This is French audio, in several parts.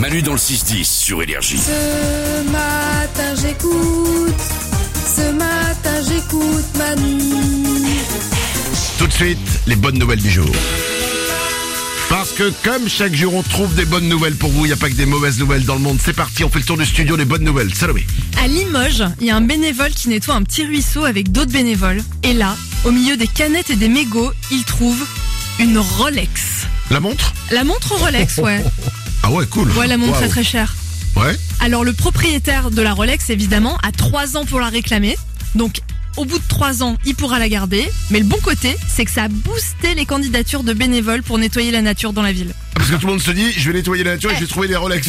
Manu dans le 6-10 sur Énergie. Ce matin j'écoute Manu. Tout de suite, les bonnes nouvelles du jour. Parce que comme chaque jour on trouve des bonnes nouvelles pour vous, il n'y a pas que des mauvaises nouvelles dans le monde. C'est parti, on fait le tour du studio des bonnes nouvelles. Salomé. À Limoges, il y a un bénévole qui nettoie un petit ruisseau avec d'autres bénévoles. Et là, au milieu des canettes et des mégots, il trouve une Rolex. La montre? La montre Rolex, ouais. Ah ouais, cool. Ouais, la montre Waouh. très très chère. Ouais. Alors le propriétaire de la Rolex, évidemment, a 3 ans pour la réclamer. Donc au bout de 3 ans, il pourra la garder. Mais le bon côté, c'est que ça a boosté les candidatures de bénévoles pour nettoyer la nature dans la ville. Parce que tout le monde se dit, je vais nettoyer la nature et je vais trouver des Rolex.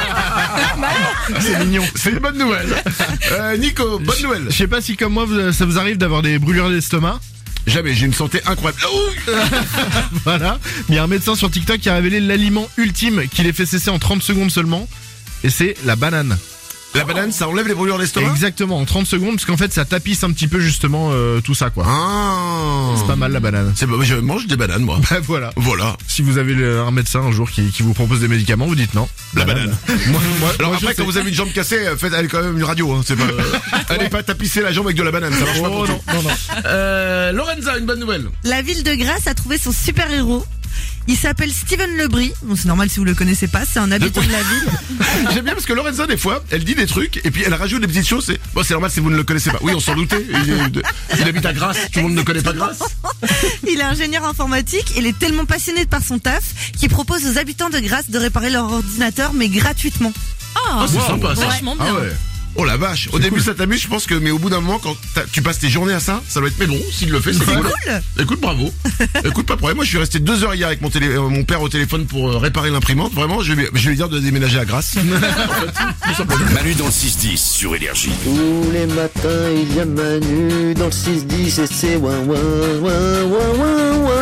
C'est mignon. C'est une bonne nouvelle. Nico, bonne nouvelle. Je sais pas si comme moi ça vous arrive d'avoir des brûlures d'estomac. Jamais, j'ai une santé incroyable. Voilà. Mais il y a un médecin sur TikTok qui a révélé l'aliment ultime qui les fait cesser en 30 secondes seulement. Et c'est la banane. La banane, ça enlève les brûlures d'estomac? Exactement, en 30 secondes, parce qu'en fait ça tapisse un petit peu justement tout ça quoi. Ah. C'est pas mal la banane. C'est bon, je mange des bananes moi. Bah voilà. Voilà. Si vous avez un médecin un jour qui vous propose des médicaments, vous dites non. La banane. Alors je après, sais. quand vous avez une jambe cassée, faites elle quand même une radio. Hein. C'est pas. Allez pas tapisser la jambe avec de la banane, ça marche pas. Oh pour tout. non. Lorenza, une bonne nouvelle. La ville de Grasse a trouvé son super-héros. Il s'appelle Steven Lebris. Bon, c'est normal si vous le connaissez pas, c'est un habitant de la ville. J'aime bien parce que Lorenza, des fois, elle dit des trucs et puis elle rajoute des petites choses. Bon, c'est normal si vous ne le connaissez pas. Oui, on s'en doutait. Il habite à Grasse. Tout le monde ne connaît pas Grasse. Il est ingénieur informatique. Il est tellement passionné par son taf qu'il propose aux habitants de Grasse de réparer leur ordinateur, mais gratuitement. Ah, c'est sympa, ça. vachement bien. Ah ouais. Oh la vache. Au début, ça t'amuse, je pense que, mais au bout d'un moment, quand tu passes tes journées à ça, ça doit être, mais bon, s'il le fait, c'est cool. Écoute, bravo. Écoute, pas de problème. Moi, je suis resté 2 heures hier avec mon père au téléphone pour réparer l'imprimante. Vraiment, je vais lui dire de déménager à Grasse. Manu dans le 6-10 sur Énergie. Tous les matins il y a Manu dans le 6-10 et c'est ouin ouin ouin ouin ouin ouin.